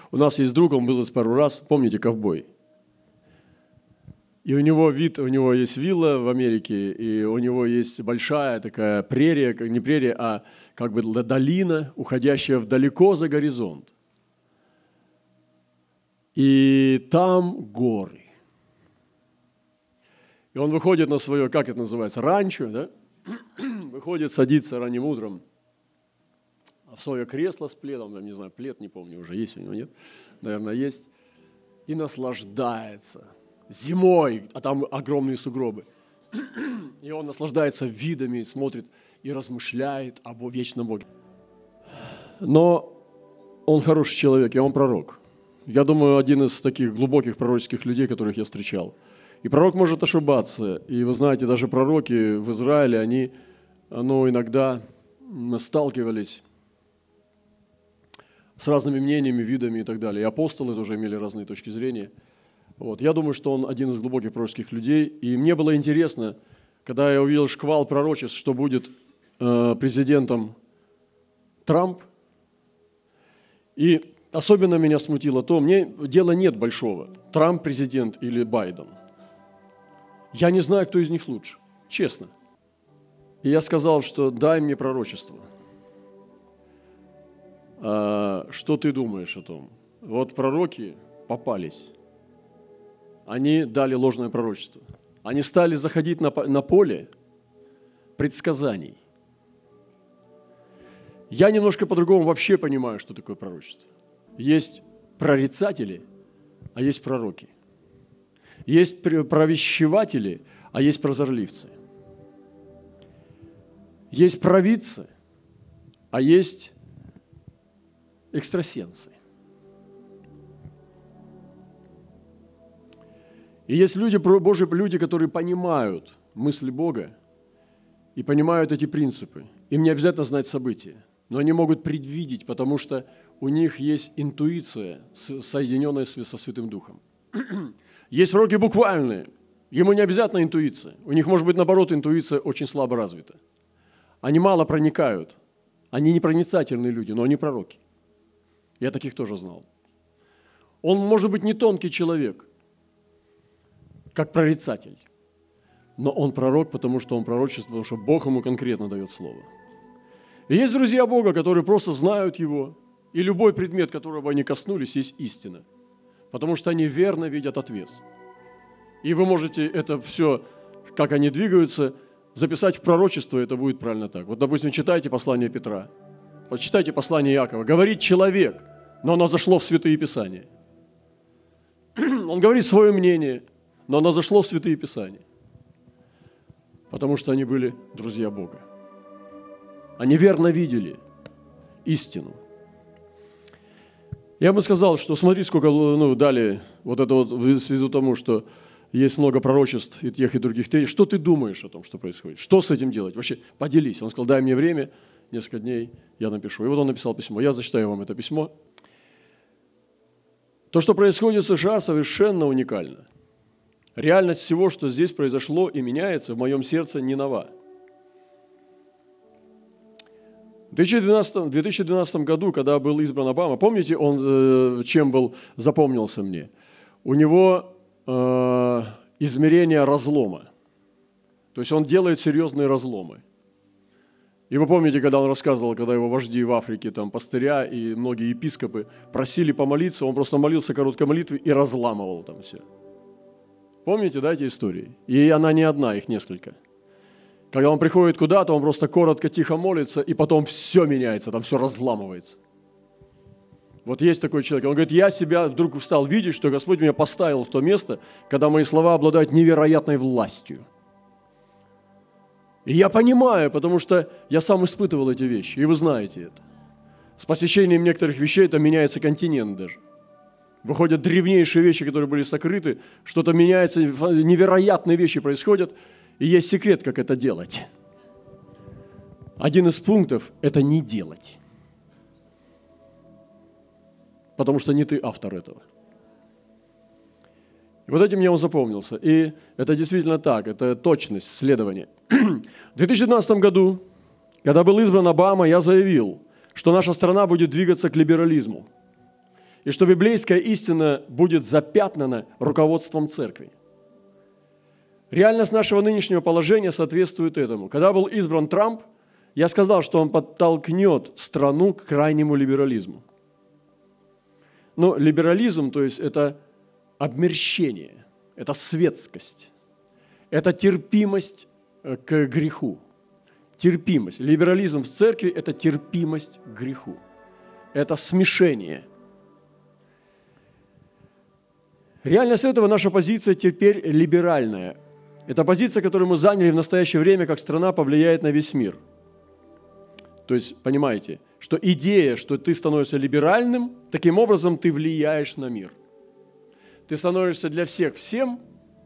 У нас есть друг, он был здесь пару раз, помните, ковбой? И у него есть вилла в Америке, и у него есть большая такая прерия, не прерия, а как бы долина, уходящая далеко за горизонт. И там горы. И он выходит на свое, как это называется, ранчо, да? Выходит, садится ранним утром в свое кресло с пледом, я не знаю, плед, не помню уже, есть у него, нет? Наверное, есть. И наслаждается зимой, а там огромные сугробы. И он наслаждается видами, смотрит и размышляет об вечном Боге. Но он хороший человек, и он пророк. Я думаю, один из таких глубоких пророческих людей, которых я встречал. И пророк может ошибаться. И вы знаете, даже пророки в Израиле, они иногда сталкивались с разными мнениями, видами и так далее. И апостолы тоже имели разные точки зрения. Вот. Я думаю, что он один из глубоких пророческих людей. И мне было интересно, когда я увидел шквал пророчеств, что будет президентом Трамп. И особенно меня смутило то, мне дела нет большого, Трамп президент или Байден. Я не знаю, кто из них лучше, честно. И я сказал, что дай мне пророчество. Что ты думаешь о том? Вот пророки попались. Они дали ложное пророчество. Они стали заходить на поле предсказаний. Я немножко по-другому вообще понимаю, что такое пророчество. Есть прорицатели, а есть пророки. Есть провещеватели, а есть прозорливцы. Есть провидцы, а есть экстрасенсы. И есть Божьи люди, которые понимают мысли Бога и понимают эти принципы. Им не обязательно знать события, но они могут предвидеть, потому что у них есть интуиция, соединенная со Святым Духом. Есть пророки буквальные, ему не обязательно интуиция. У них может быть, наоборот, интуиция очень слабо развита. Они мало проникают, они непроницательные люди, но они пророки. Я таких тоже знал. Он может быть не тонкий человек, как прорицатель, но он пророк, потому что он пророчествует, потому что Бог ему конкретно дает слово. И есть друзья Бога, которые просто знают Его, и любой предмет, которого они коснулись, есть истина, потому что они верно видят отвес. И вы можете это все, как они двигаются, записать в пророчество, это будет правильно так. Вот, допустим, читайте послание Петра, почитайте послание Иакова. Говорит человек, но оно зашло в Святые Писания. Он говорит свое мнение, но оно зашло в Святые Писания, потому что они были друзья Бога. Они верно видели истину. Я бы сказал, что смотри, сколько дали вот это вот в связи тому, что есть много пророчеств и тех, и других. Что ты думаешь о том, что происходит? Что с этим делать? Вообще поделись. Он сказал, дай мне время, несколько дней, я напишу. И вот он написал письмо. Я зачитаю вам это письмо. То, что происходит в США, совершенно уникально. Реальность всего, что здесь произошло и меняется, в моем сердце не нова. В 2012 году, когда был избран Обама, помните, он чем запомнился мне? У него измерение разлома. То есть он делает серьезные разломы. И вы помните, когда он рассказывал, когда его вожди в Африке, там, пастыря и многие епископы просили помолиться, он просто молился короткой молитвой и разламывал там все. Помните, да, эти истории? И она не одна, их несколько. Когда он приходит куда-то, он просто коротко, тихо молится, и потом все меняется, там все разламывается. Вот есть такой человек. Он говорит, я себя вдруг стал видеть, что Господь меня поставил в то место, когда мои слова обладают невероятной властью. И я понимаю, потому что я сам испытывал эти вещи, и вы знаете это. С посещением некоторых вещей это меняется континент даже. Выходят древнейшие вещи, которые были сокрыты, что-то меняется, невероятные вещи происходят, и есть секрет, как это делать. Один из пунктов – это не делать. Потому что не ты автор этого. И вот этим мне он запомнился. И это действительно так, это точность следования. В 2012 году, когда был избран Обама, я заявил, что наша страна будет двигаться к либерализму. и что библейская истина будет запятнана руководством церкви. Реальность нашего нынешнего положения соответствует этому. Когда был избран Трамп, я сказал, что он подтолкнет страну к крайнему либерализму. Но либерализм, то есть это обмерщение, это светскость, это терпимость к греху. Терпимость. Либерализм в церкви – это терпимость к греху. Это смешение. Реальность этого, наша позиция теперь либеральная. Это позиция, которую мы заняли в настоящее время, как страна повлияет на весь мир. То есть, понимаете, что идея, что ты становишься либеральным, таким образом ты влияешь на мир. Ты становишься для всех всем,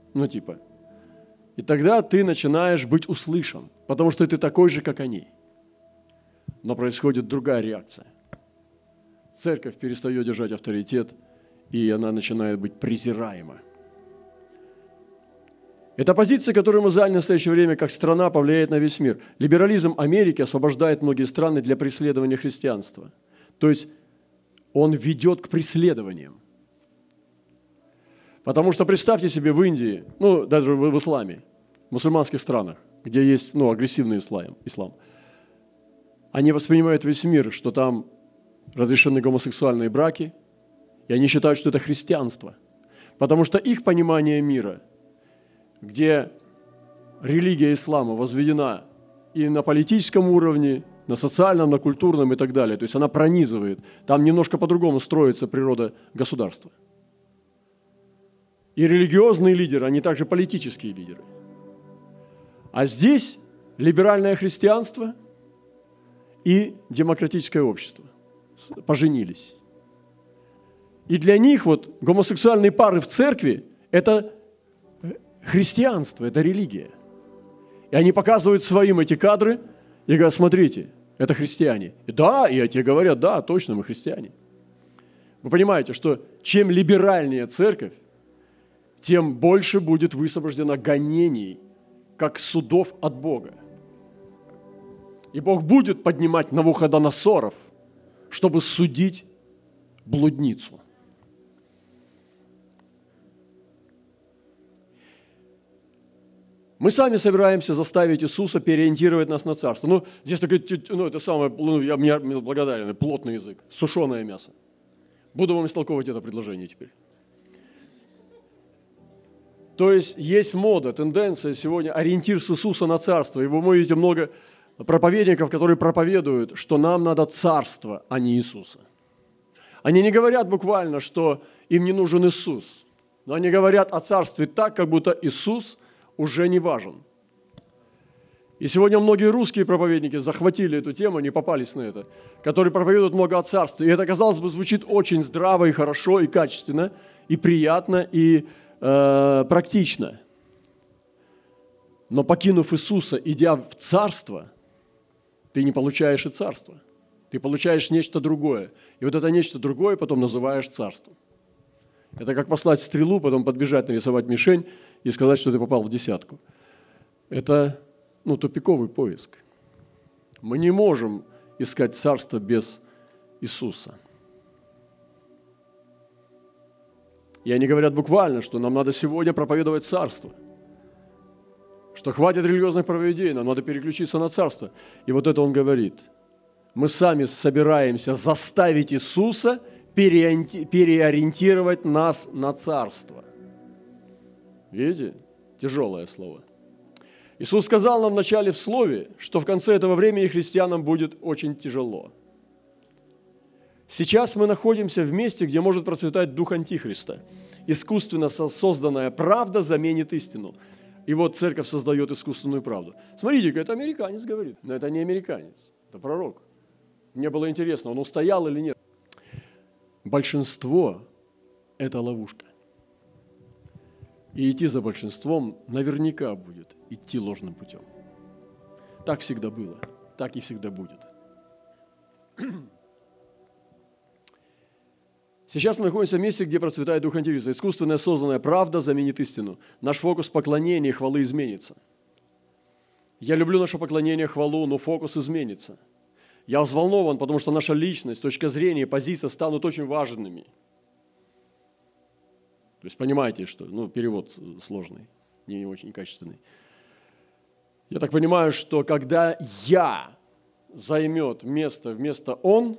и тогда ты начинаешь быть услышан, потому что ты такой же, как они. Но происходит другая реакция. Церковь перестает держать авторитет, и она начинает быть презираема. Это позиция, которую мы заняли в настоящее время, как страна повлияет на весь мир. Либерализм Америки освобождает многие страны для преследования христианства. То есть он ведет к преследованиям. Потому что представьте себе в Индии, даже в исламе, в мусульманских странах, где есть агрессивный ислам, они воспринимают весь мир, что там разрешены гомосексуальные браки, и они считают, что это христианство. Потому что их понимание мира, где религия ислама возведена и на политическом уровне, на социальном, на культурном и так далее, то есть она пронизывает, там немножко по-другому строится природа государства. И религиозные лидеры, они также политические лидеры. А здесь либеральное христианство и демократическое общество поженились. И для них гомосексуальные пары в церкви – это христианство, это религия. И они показывают своим эти кадры и говорят: смотрите, это христиане. И те говорят: да, точно, мы христиане. Вы понимаете, что чем либеральнее церковь, тем больше будет высвобождено гонений, как судов от Бога. И Бог будет поднимать Навуходоносоров, чтобы судить блудницу. Мы сами собираемся заставить Иисуса переориентировать нас на царство. Здесь такой, это самое, я благодарен, плотный язык, сушеное мясо. Буду вам истолковывать это предложение теперь. То есть мода, тенденция сегодня, ориентир с Иисуса на царство. И вы видите много проповедников, которые проповедуют, что нам надо царство, а не Иисуса. Они не говорят буквально, что им не нужен Иисус, но они говорят о царстве так, как будто Иисус уже не важен. И сегодня многие русские проповедники захватили эту тему, не попались на это, которые проповедуют много о царстве. И это, казалось бы, звучит очень здраво и хорошо, и качественно, и приятно, и практично. Но покинув Иисуса, идя в царство, ты не получаешь и царство. Ты получаешь нечто другое. И это нечто другое потом называешь царством. Это как послать стрелу, потом подбежать, нарисовать мишень и сказать, что ты попал в десятку. Это тупиковый поиск. Мы не можем искать царство без Иисуса. И они говорят буквально, что нам надо сегодня проповедовать царство. Что хватит религиозных проповедей, нам надо переключиться на царство. И это он говорит. Мы сами собираемся заставить Иисуса переориентировать нас на царство. Видите? Тяжелое слово. Иисус сказал нам вначале в слове, что в конце этого времени христианам будет очень тяжело. Сейчас мы находимся в месте, где может процветать дух Антихриста. Искусственно созданная правда заменит истину. И церковь создает искусственную правду. Смотрите-ка, это американец говорит. Но это не американец, это пророк. Мне было интересно, он устоял или нет. Большинство – это ловушка. И идти за большинством наверняка будет идти ложным путем. Так всегда было, так и всегда будет. Сейчас мы находимся в месте, где процветает дух Антихриста. Искусственная созданная правда заменит истину. Наш фокус поклонения и хвалы изменится. Я люблю наше поклонение, хвалу, но фокус изменится. Я взволнован, потому что наша личность, точка зрения, позиция станут очень важными. То есть понимаете, что перевод сложный, не очень качественный. Я так понимаю, что когда «я» займет место вместо «он»,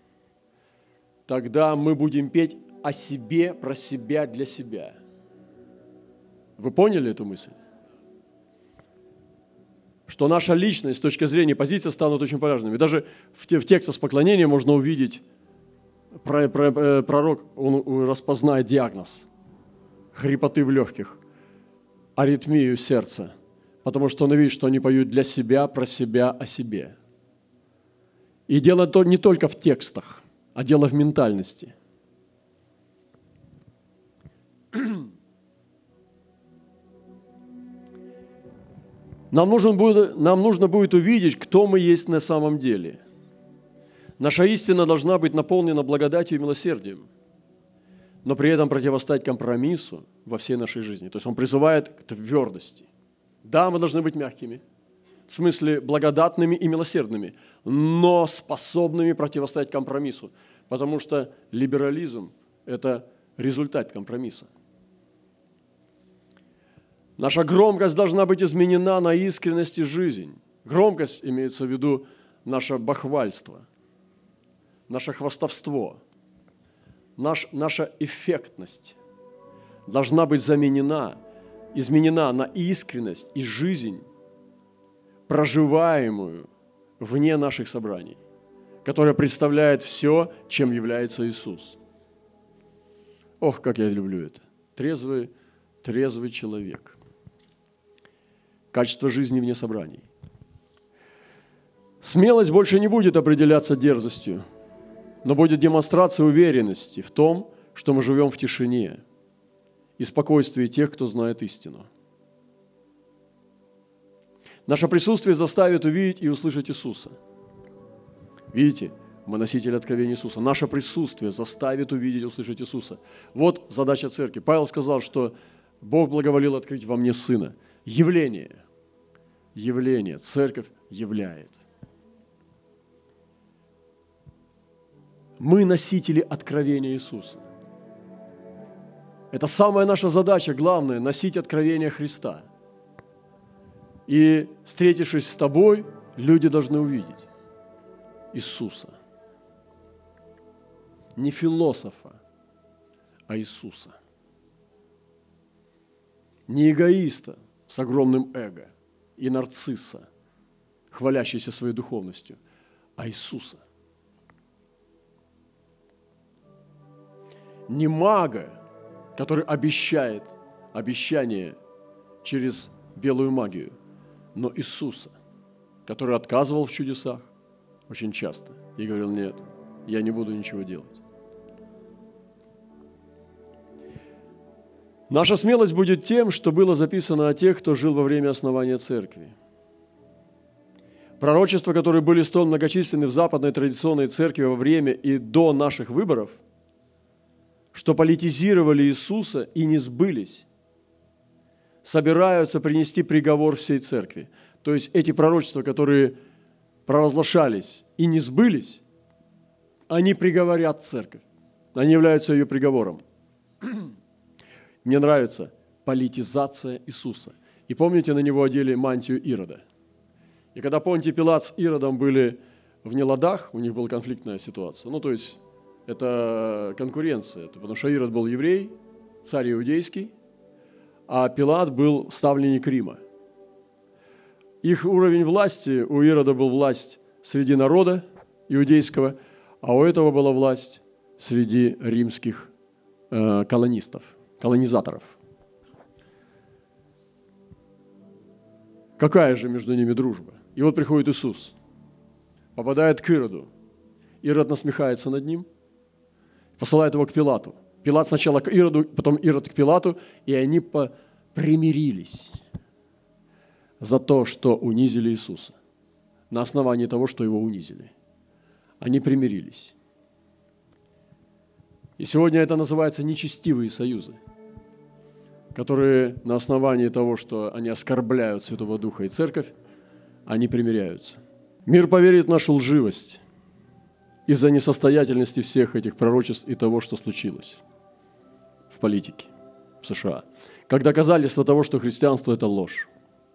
тогда мы будем петь о себе, про себя, для себя. Вы поняли эту мысль? Что наша личность с точки зрения позиции станут очень полезными. Даже в текстах с поклонением можно увидеть, пророк, он распознает диагноз хрипоты в легких, аритмию сердца, потому что он видит, что они поют для себя, про себя, о себе. И дело то не только в текстах, а дело в ментальности. Нам нужно будет увидеть, кто мы есть на самом деле. Наша истина должна быть наполнена благодатью и милосердием, но при этом противостоять компромиссу во всей нашей жизни. То есть он призывает к твердости. Да, мы должны быть мягкими, в смысле благодатными и милосердными, но способными противостоять компромиссу, потому что либерализм – это результат компромисса. Наша громкость должна быть изменена на искренность и жизнь. Громкость имеется в виду наше бахвальство, наше хвастовство, наша эффектность должна быть изменена на искренность и жизнь, проживаемую вне наших собраний, которая представляет все, чем является Иисус. Ох, как я люблю это. Трезвый человек. Качество жизни вне собраний. Смелость больше не будет определяться дерзостью, но будет демонстрация уверенности в том, что мы живем в тишине и спокойствии тех, кто знает истину. Наше присутствие заставит увидеть и услышать Иисуса. Видите, мы носители откровения Иисуса. Наше присутствие заставит увидеть и услышать Иисуса. Вот задача церкви. Павел сказал, что Бог благоволил открыть во мне Сына. Явление. Церковь являет. Мы носители откровения Иисуса. Это самая наша задача, главная, носить откровение Христа. И, встретившись с тобой, люди должны увидеть Иисуса. Не философа, а Иисуса. Не эгоиста с огромным эго и нарцисса, хвалящийся своей духовностью, а Иисуса. Не мага, который обещает обещание через белую магию, но Иисуса, который отказывал в чудесах очень часто и говорил: нет, я не буду ничего делать. Наша смелость будет тем, что было записано о тех, кто жил во время основания церкви. Пророчества, которые были столь многочисленны в западной традиционной церкви во время и до наших выборов, что политизировали Иисуса и не сбылись, собираются принести приговор всей церкви. То есть эти пророчества, которые провозглашались и не сбылись, они приговорят церковь. Они являются ее приговором. Мне нравится политизация Иисуса. И помните, на него одели мантию Ирода. И когда Понтий Пилат с Иродом были в неладах, у них была конфликтная ситуация. То есть это конкуренция, потому что Ирод был еврей, царь иудейский, а Пилат был ставленник Рима. Их уровень власти, у Ирода был власть среди народа иудейского, а у этого была власть среди римских колонизаторов. Какая же между ними дружба? И вот приходит Иисус, попадает к Ироду. Ирод насмехается над ним, посылает его к Пилату. Пилат сначала к Ироду, потом Ирод к Пилату, и они примирились за то, что унизили Иисуса. На основании того, что его унизили. Они примирились. И сегодня это называется нечестивые союзы, которые на основании того, что они оскорбляют Святого Духа и Церковь, они примиряются. Мир поверит в нашу лживость из-за несостоятельности всех этих пророчеств и того, что случилось в политике. в США, как доказательство того, что христианство – это ложь.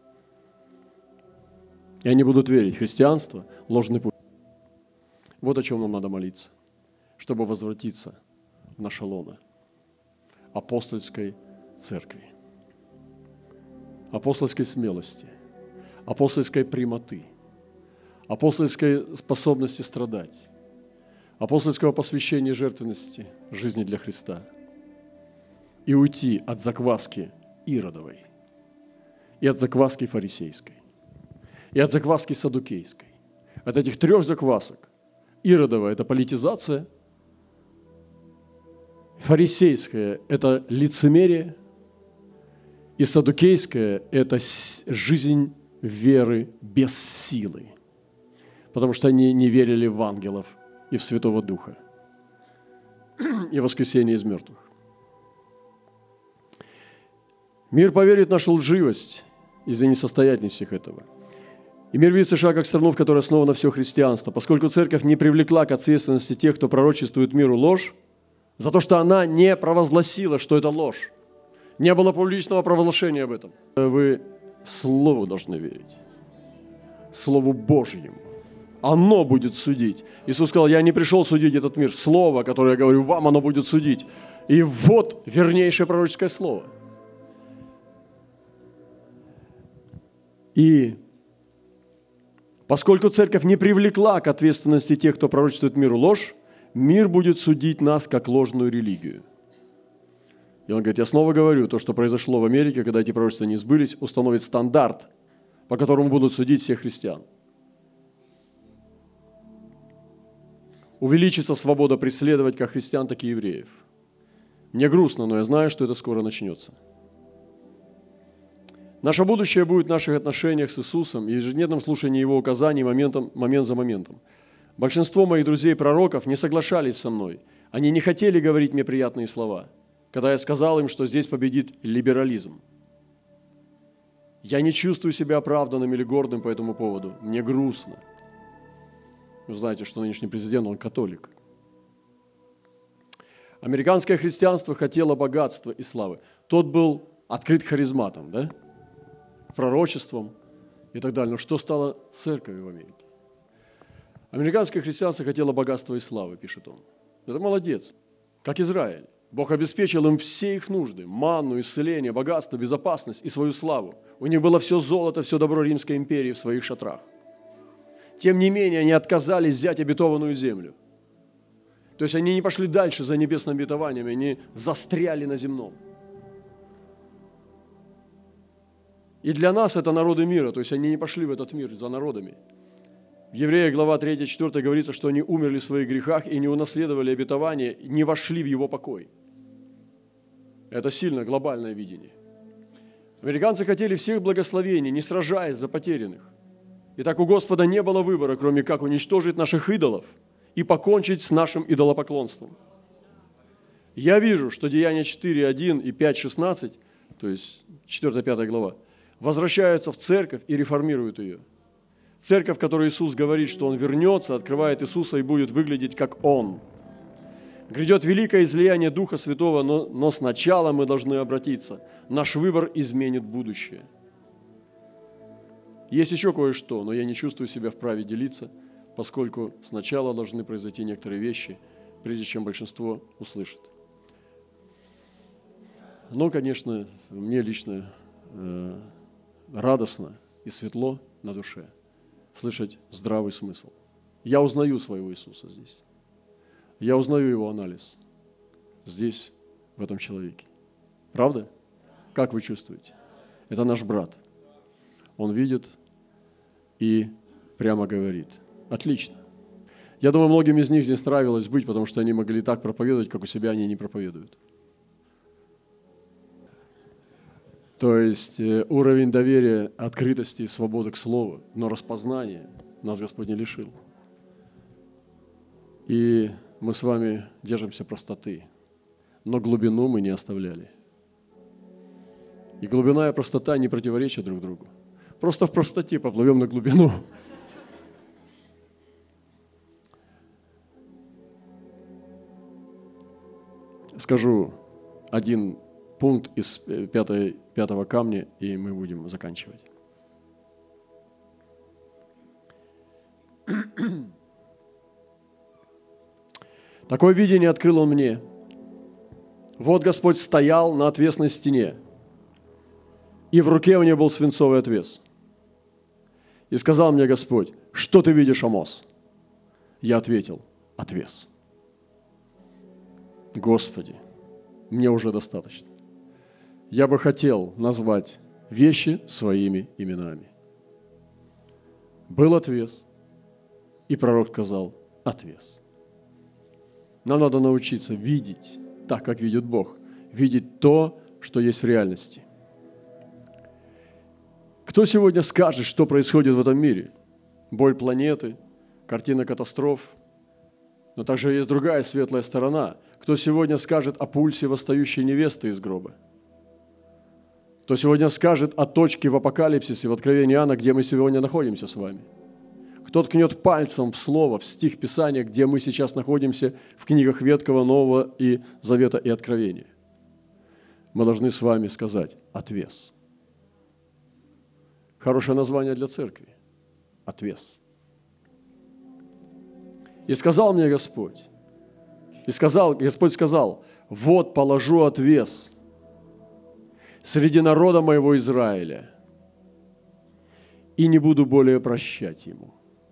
И они будут верить, христианство – ложный путь. Вот о чем нам надо молиться, чтобы возвратиться в наше лоно апостольской церкви, апостольской смелости, апостольской прямоты, апостольской способности страдать, апостольского посвящения и жертвенности жизни для Христа и уйти от закваски иродовой, и от закваски фарисейской, и от закваски саддукейской. От этих трех заквасок. Иродовая – это политизация, фарисейская – это лицемерие, и саддукейская – это жизнь веры без силы, потому что они не верили в ангелов и в Святого Духа, и воскресение из мертвых. Мир поверит в нашу лживость из-за несостоятельности этого. И мир видит США как страну, в которой основано все христианство, поскольку церковь не привлекла к ответственности тех, кто пророчествует миру ложь, за то, что она не провозгласила, что это ложь. Не было публичного провозглашения об этом. Вы Слову должны верить, Слову Божьему. Оно будет судить. Иисус сказал, я не пришел судить этот мир. Слово, которое я говорю вам, оно будет судить. И вот вернейшее пророческое слово. И поскольку церковь не привлекла к ответственности тех, кто пророчествует миру ложь, мир будет судить нас как ложную религию. И он говорит, я снова говорю, то, что произошло в Америке, когда эти пророчества не сбылись, установит стандарт, по которому будут судить всех христиан. Увеличится свобода преследовать как христиан, так и евреев. Мне грустно, но я знаю, что это скоро начнется. Наше будущее будет в наших отношениях с Иисусом и ежедневном слушании Его указаний момент за моментом. Большинство моих друзей-пророков не соглашались со мной. Они не хотели говорить мне приятные слова, когда я сказал им, что здесь победит либерализм. Я не чувствую себя оправданным или гордым по этому поводу. Мне грустно. Вы знаете, что нынешний президент, он католик. Американское христианство хотело богатства и славы. Тот был открыт харизматом, да? Пророчеством и так далее. Но что стало церковью в Америке? Американское христианство хотело богатства и славы, пишет он. Это молодец. Как Израиль. Бог обеспечил им все их нужды. Манну, исцеление, богатство, безопасность и свою славу. У них было все золото, все добро Римской империи в своих шатрах. Тем не менее, они отказались взять обетованную землю. То есть они не пошли дальше за небесным обетованием, они застряли на земном. И для нас это народы мира, то есть они не пошли в этот мир за народами. В Евреях глава 3-4 говорится, что они умерли в своих грехах и не унаследовали обетование, не вошли в его покой. Это сильно глобальное видение. Американцы хотели всех благословений, не сражаясь за потерянных. И так у Господа не было выбора, кроме как уничтожить наших идолов и покончить с нашим идолопоклонством. Я вижу, что Деяния 4:1 и 5:16, то есть 4-5 глава, возвращаются в церковь и реформируют ее. Церковь, в которой Иисус говорит, что Он вернется, открывает Иисуса и будет выглядеть как Он. Грядет великое излияние Духа Святого, но сначала мы должны обратиться. Наш выбор изменит будущее. Есть еще кое-что, но я не чувствую себя вправе делиться, поскольку сначала должны произойти некоторые вещи, прежде чем большинство услышит. Но, конечно, мне лично радостно и светло на душе слышать здравый смысл. Я узнаю своего Иисуса здесь. Я узнаю Его анализ здесь, в этом человеке. Правда? Как вы чувствуете? Это наш брат. Он видит и прямо говорит. Отлично. Я думаю, многим из них здесь нравилось быть, потому что они могли так проповедовать, как у себя они не проповедуют. То есть уровень доверия, открытости и свободы к Слову, но распознания нас Господь не лишил. И мы с вами держимся простоты, но глубину мы не оставляли. И глубина и простота не противоречат друг другу. Просто в простоте поплывем на глубину. Скажу один пункт из пятого камня, и мы будем заканчивать. Такое видение открыл он мне. Вот Господь стоял на отвесной стене, и в руке у него был свинцовый отвес. И сказал мне Господь: что ты видишь, Амос? Я ответил: отвес. Господи, мне уже достаточно. Я бы хотел назвать вещи своими именами. Был отвес, и пророк сказал: отвес. Нам надо научиться видеть так, как видит Бог, видеть то, что есть в реальности. Кто сегодня скажет, что происходит в этом мире? Боль планеты, картина катастроф, но также есть другая светлая сторона. Кто сегодня скажет о пульсе восстающей невесты из гроба? Кто сегодня скажет о точке в Апокалипсисе, в Откровении Иоанна, где мы сегодня находимся с вами? Кто ткнет пальцем в слово, в стих Писания, где мы сейчас находимся в книгах Ветхого, Нового и Завета и Откровения? Мы должны с вами сказать: отвес. Хорошее название для церкви. Отвес. И сказал мне Господь, Господь сказал: вот положу отвес среди народа моего Израиля, и не буду более прощать ему.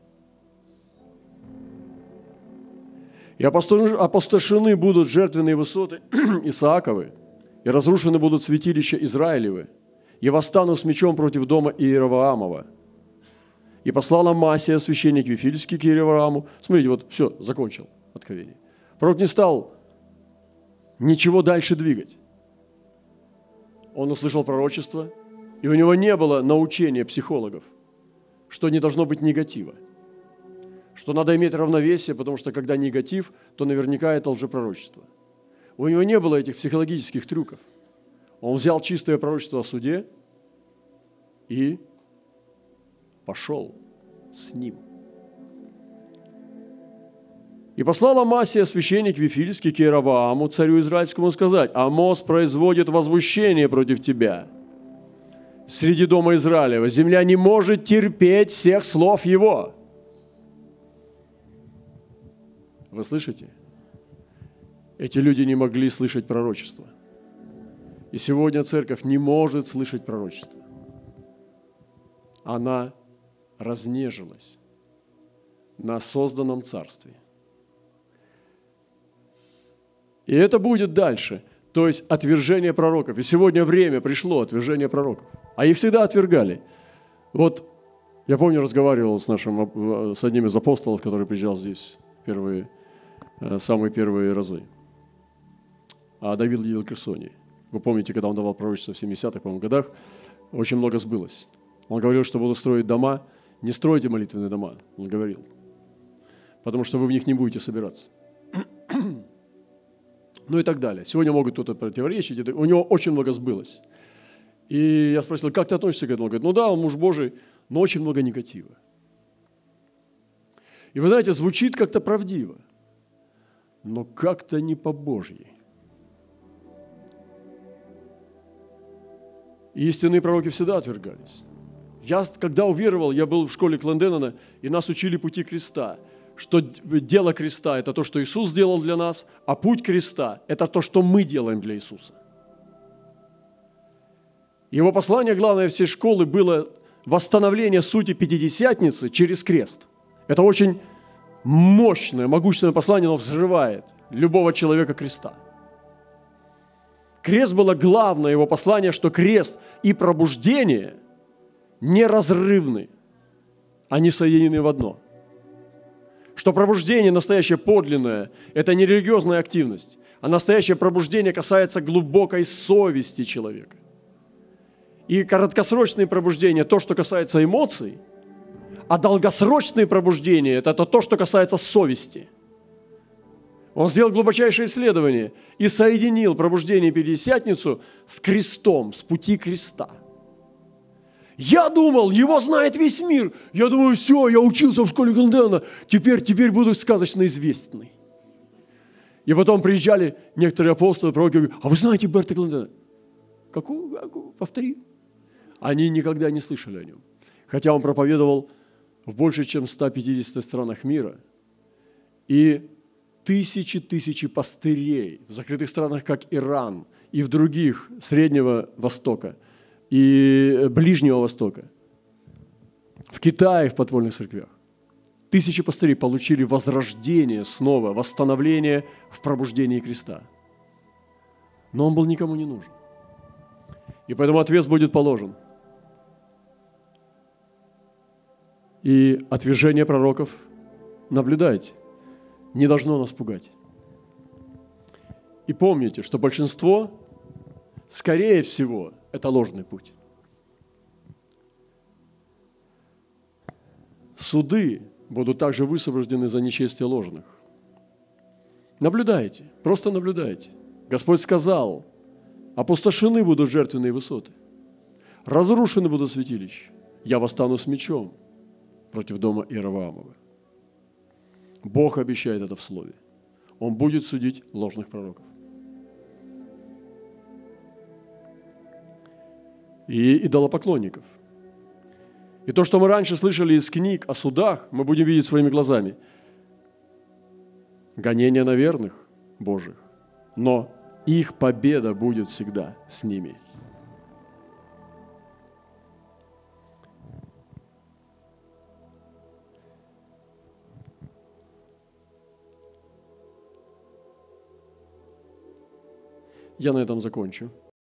И опустошены будут жертвенные высоты Исааковы, и разрушены будут святилища Израилевы, и восстану с мечом против дома Иеровоамова. И послал Амасия, священник Вифильский, к Иеровоаму. Смотрите, вот все, закончил откровение. Пророк не стал ничего дальше двигать. Он услышал пророчество, и у него не было научения психологов, что не должно быть негатива, что надо иметь равновесие, потому что когда негатив, то наверняка это лжепророчество. У него не было этих психологических трюков. Он взял чистое пророчество о суде и пошел с ним. И послал Амасия, священник Вифильский, к Иеровоаму, царю израильскому, сказать: Амос производит возмущение против тебя среди дома Израилева. Земля не может терпеть всех слов его. Вы слышите? Эти люди не могли слышать пророчество. И сегодня церковь не может слышать пророчество. Она разнежилась на созданном царстве. И это будет дальше. То есть отвержение пророков. И сегодня время пришло отвержение пророков. А их всегда отвергали. Вот я помню, разговаривал с одним из апостолов, который приезжал здесь самые первые разы. А Давид Лилкерсони. Вы помните, когда он давал пророчество в 70-х, по-моему, годах, очень много сбылось. Он говорил, что буду строить дома. Не стройте молитвенные дома, он говорил. Потому что вы в них не будете собираться. Ну и так далее. Сегодня могут кто-то противоречить. У него очень много сбылось. И я спросил: как ты относишься к этому? Он говорит: ну да, он муж Божий, но очень много негатива. И вы знаете, звучит как-то правдиво, но как-то не по-божьи. И истинные пророки всегда отвергались. Я, когда уверовал, я был в школе Кленденона, и нас учили пути креста, что дело креста – это то, что Иисус сделал для нас, а путь креста – это то, что мы делаем для Иисуса. Его послание, главное, всей школы было восстановление сути Пятидесятницы через крест. Это очень мощное, могущественное послание, оно взрывает любого человека креста. Крест было главное его послание, что крест и пробуждение неразрывны, они соединены в одно. Что пробуждение настоящее подлинное – это не религиозная активность, а настоящее пробуждение касается глубокой совести человека. И краткосрочные пробуждения – то, что касается эмоций, а долгосрочные пробуждения – это то, что касается совести. Он сделал глубочайшее исследование и соединил пробуждение Пятидесятницу с крестом, с пути креста. Я думал, его знает весь мир. Я думаю, все, я учился в школе Кленденона, теперь буду сказочно известный. И потом приезжали некоторые апостолы, пророки, говорят: а вы знаете Берта Клендена? Повтори. Они никогда не слышали о нем. Хотя он проповедовал в больше, чем 150 странах мира. И тысячи пастырей в закрытых странах, как Иран, и в других Среднего Востока, и Ближнего Востока, в Китае в подпольных церквях. Тысячи пастырей получили возрождение снова, восстановление в пробуждении креста. Но он был никому не нужен. И поэтому ответ будет положен. И отвержение пророков, наблюдайте, не должно нас пугать. И помните, что большинство, скорее всего, это ложный путь. Суды будут также высвобождены за нечестие ложных. Наблюдайте, просто наблюдайте. Господь сказал, опустошены будут жертвенные высоты, разрушены будут святилища. Я восстану с мечом против дома Иеровоамова. Бог обещает это в Слове. Он будет судить ложных пророков. И идолопоклонников. И то, что мы раньше слышали из книг о судах, мы будем видеть своими глазами. Гонения на верных Божьих. Но их победа будет всегда с ними. Я на этом закончу.